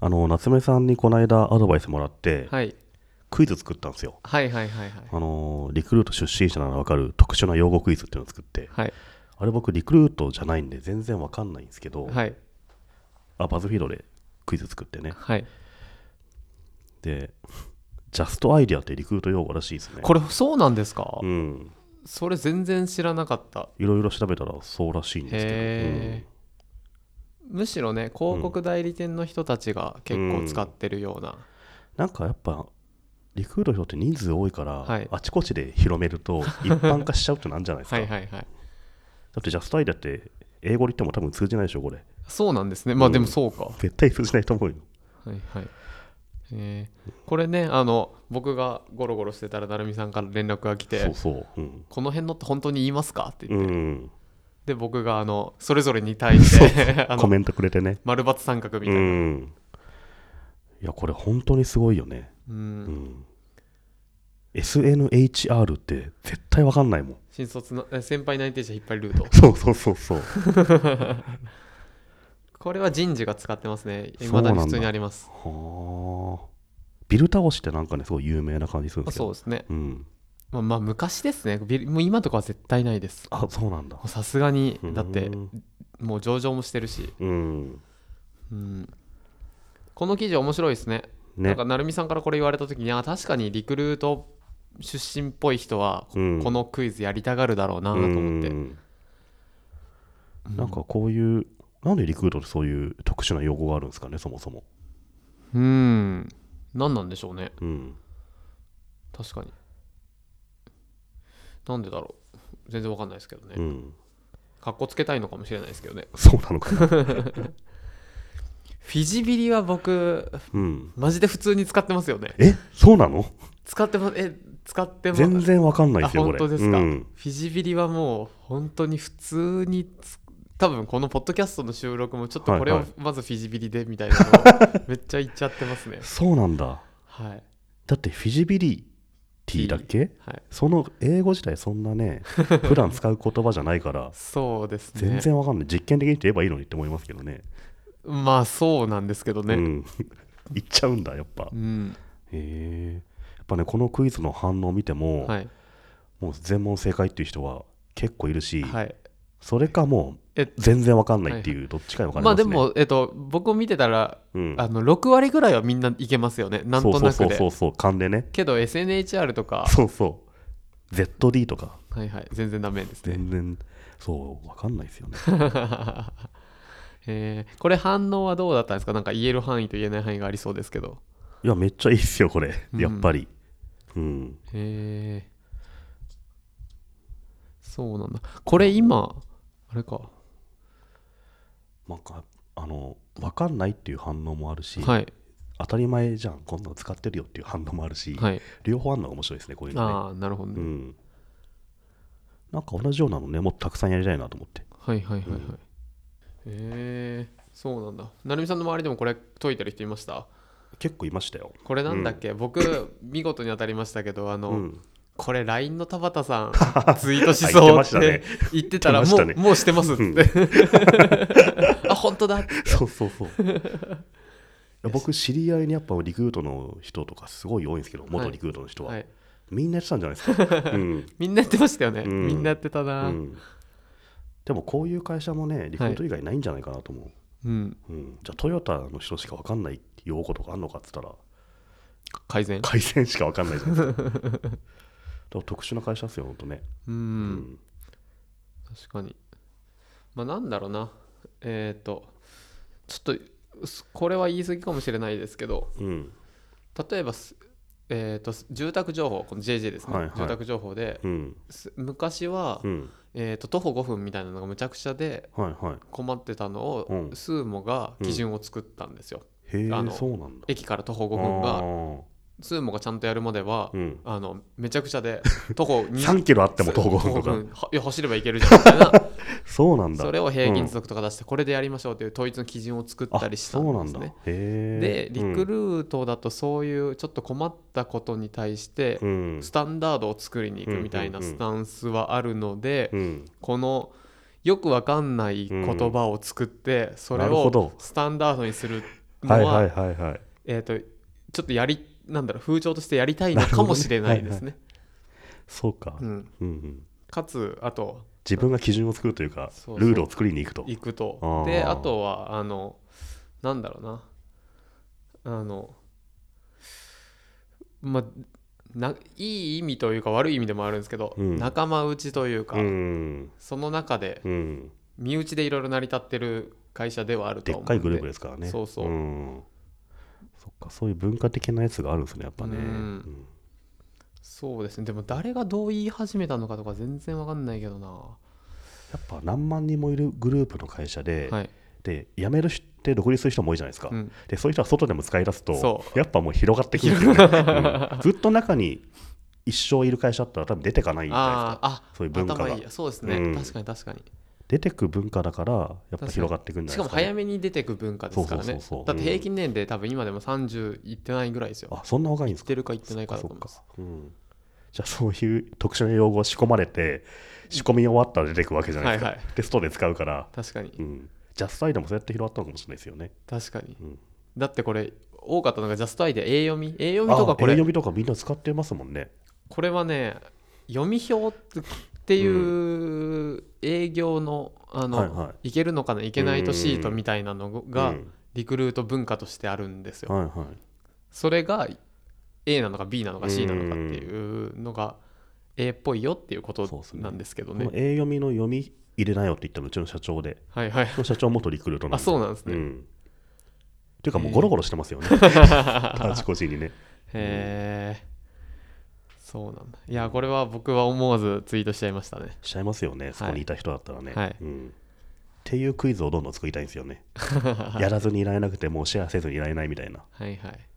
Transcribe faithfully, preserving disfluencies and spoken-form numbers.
あの夏目さんにこの間アドバイスもらって、 はい、 クイズ作ったんですよ。 はいはいはいはい。 あのリクルート出身者なら分かる特殊な用語クイズっていうのを作って、 はい。 あれ僕リクルートじゃないんで全然分かんないんですけど、 はい。 あバズフィードでクイズ作ってね。 はい。 でジャストアイデアってリクルート用語らしいですね。 これそうなんですか？ うん。 それ全然知らなかった。 いろいろ調べたらそうらしいんですけど。 へえ、うん。むしろね、広告代理店の人たちが結構使ってるような。うん、 なんかやっぱリクルートの人って人数多いから、 はい、 あちこちで広めると一般化しちゃうってなんじゃないですか。 はいはいはい。だってジャストアイデアって英語で言っても多分通じないでしょこれ。 そうなんですね。まあでもそうか。うん、 絶対通じないと思うよ。 はいはい。えー、これね、あの僕がゴロゴロしてたら成美さんから連絡が来て、 そうそう、うん、 この辺のって本当に言いますかって言って、 うん、 で僕があのそれぞれに対してあのコメントくれてね。 丸×三角みたいな、 うん、いやこれ本当にすごいよね。 うん、うん、 エスエヌエイチアール って絶対わかんないもん。 新卒の先輩内定者引っ張りルートそうそうそうそうこれは人事が使ってますね。未だに普通にあります。 はあ。ビル倒しってなんかねすごい有名な感じするんですけど。 そうですね、 うん、 まあ、まあ昔ですね。ビルもう今とかは絶対ないです。 あそうなんだ。 さすがにだってうんもう上場もしてるし、 うん、 うん、この記事面白いですね。 ね、 なんか成美さんからこれ言われた時に、あ確かにリクルート出身っぽい人はうん、 このクイズやりたがるだろうなと思って、うん、 なんかこういうなんでリクルートってそういう特殊な用語があるんですかねそもそも。 うん、何なんでしょうね。 うん、 確かになんでだろう、全然わかんないですけどね。 うん、 かっこつけたいのかもしれないですけどね。 そうなのかなフィジビリは僕、うん、マジで普通に使ってますよね。 えそうなの？ 使ってます。え使ってます。 全然わかんないですよこれ。 あ本当ですか、 うん、 フィジビリはもう本当に普通に多分このポッドキャストの収録もちょっとこれをまずフィジビリでみたいなのをめっちゃ言っちゃってますねそうなんだ。 はい。 だってフィジビリティだっけ、 はい、 その英語自体そんなね普段使う言葉じゃないからそうですね、 全然わかんない。実験的に言えばいいのにって思いますけどね。 まあそうなんですけどね、 うん、言っちゃうんだやっぱ、うん、へえ。やっぱねこのクイズの反応を見ても、はい、もう全問正解っていう人は結構いるし、はい、それかもう全然わかんないっていうどっちかに分かれますね。 まあでも、えっと、僕を見てたら、うん、あのろく割ぐらいはみんないけますよね、なんとなくで。 そうそうそうそう勘でね。けど エスエヌエイチアール とかそうそう ゼットディー とかはいはい全然ダメですね。 全然そう分かんないですよねえー、これ反応はどうだったんですか？なんか言える範囲と言えない範囲がありそうですけど。 いやめっちゃいいっすよこれ、うん、やっぱり、うん、 へえそうなんだ。これ今あれかなんかあの分かんないっていう反応もあるし、 はい、 当たり前じゃんこんなの使ってるよっていう反応もあるし、はい、両方あるのが面白いですねこういうのね。 ああなるほどね、うん、 なんか同じようなのねもっとたくさんやりたいなと思って。 はいはいはいはい、うん、へえそうなんだ。成美さんの周りでもこれ解いてる人いました？ 結構いましたよ。 これなんだっけ、うん、僕見事に当たりましたけどあの、うん、これ ライン の田畑さんツイートしそうって言ってたらもう、ね、もうしてますって、うん、あ本当だってそうそうそう僕知り合いにやっぱリクルートの人とかすごい多いんですけど元リクルートの人は、はいはい、みんなやってたんじゃないですか、うん、 みんなやってましたよね、うん、みんなやってたな、うん、 でもこういう会社もねリクルート以外ないんじゃないかなと思う、はいうんうん、じゃあトヨタの人しか分かんない用語とかあんのかっつったら改善改善しか分かんないじゃないですか特殊な会社ですよ本当ね。 うん、うん、確かに。まあなんだろうなえっ、ー、とちょっとこれは言い過ぎかもしれないですけど、うん、例えば、えー、と住宅情報この ジェージェー ですね、はいはい、住宅情報で、うん、昔は、うんえー、と徒歩ごふんみたいなのがむちゃくちゃで困ってたのを、はいはい、スーモが基準を作ったんですよ、 うん、 あのそうなんだ。 駅から徒歩ごふんがスーモがちゃんとやるまでは、うん、あのめちゃくちゃで徒歩さんキロあっても徒歩ごふんとかいや走ればいけるじゃんみたいなそうなんだ。 それを平均速とか出して、うん、これでやりましょうという統一の基準を作ったりしたんですね。でリクルートだとそういうちょっと困ったことに対してスタンダードを作りに行くみたいなスタンスはあるので、うんうんうん、このよくわかんない言葉を作ってそれをスタンダードにするっのは、 はいはいはいはい、 えーと、ちょっとやりなんだろう風潮としてやりたいのかもしれないですね。ねはいはい、 そうか、 うんうんうん、かつあと自分が基準を作るというかそうそうルールを作りに行くと行くとであとはあのなんだろうなあのまあないい意味というか悪い意味でもあるんですけど、うん、仲間内というか、うん、その中で、うん、身内でいろいろ成り立ってる会社ではあると思うんで、 でっかいグループですからね。 そうそう、うん、 そっか、そういう文化的なやつがあるんですねやっぱね、うんうん、 そうですね。でも誰がどう言い始めたのかとか全然わかんないけどな。 やっぱ何万人もいるグループの会社で、はい、で辞める人って独立する人も多いじゃないですか、うん、でそういう人は外でも使い出すとやっぱもう広がってくるんですよね、うん、ずっと中に一生いる会社だったら多分出てかないじゃないですか。あそういう文化がいいそうですね、うん、確かに確かに出てく文化だからやっぱ広がってくるんじゃないですか、ね、 しかも早めに出てく文化ですからね。だって平均年齢多分今でもさんじゅういってないぐらいですよ。 あそんな若いんですか。 いってるかいってないかだと思います。 うん、じゃあそういう特殊な用語を仕込まれて仕込み終わったら出てくわけじゃないですか、はいはい、テストで使うから。 確かに、 うん、ジャストアイでもそうやって広がったのかもしれないですよね。 確かに、うん、だってこれ多かったのがジャストアイで英読み英読みとかこれ英読みとかみんな使ってますもんね。 これはね読み表っていう営業のあの、はいはい、いけるのかないけないとシートみたいなのがリクルート文化としてあるんですよ、はいはい、それが A なのか B なのか C なのかっていうのが A っぽいよっていうことなんですけどね。 この A 読みの読み入れなよって言ったのうちの社長で、はいはい、社長元リクルートなんで。 あそうなんですね、うん、 っていうかもうゴロゴロしてますよねあちこちにね。 へえ、そうなんだ。いやこれは僕は思わずツイートしちゃいましたね。 しちゃいますよね、そこにいた人だったらね、はいうん、っていうクイズをどんどん作りたいんですよねやらずにいられなくてもうシェアせずにいられないみたいな。 はいはい